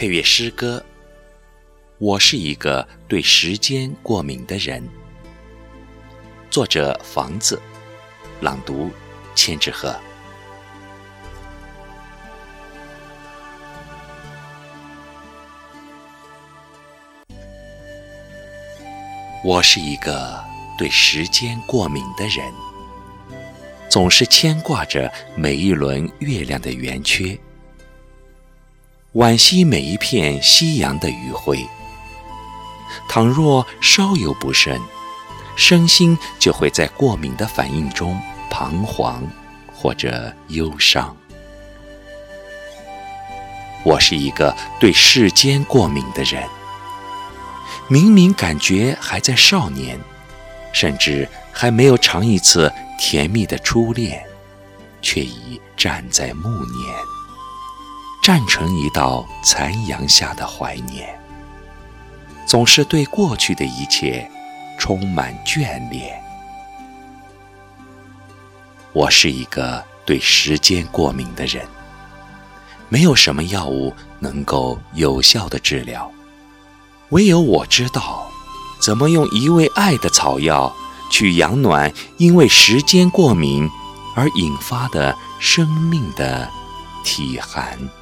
配乐诗歌。我是一个对时间过敏的人。作者房子，朗读千纸鹤。我是一个对时间过敏的人，总是牵挂着每一轮月亮的圆缺，惋惜每一片夕阳的余晖。倘若稍有不慎，身心就会在过敏的反应中彷徨或者忧伤。我是一个对世间过敏的人，明明感觉还在少年，甚至还没有尝一次甜蜜的初恋，却已站在暮年，站成一道残阳下的怀念，总是对过去的一切充满眷恋。我是一个对时间过敏的人，没有什么药物能够有效的治疗，唯有我知道怎么用一味爱的草药去养暖因为时间过敏而引发的生命的体寒。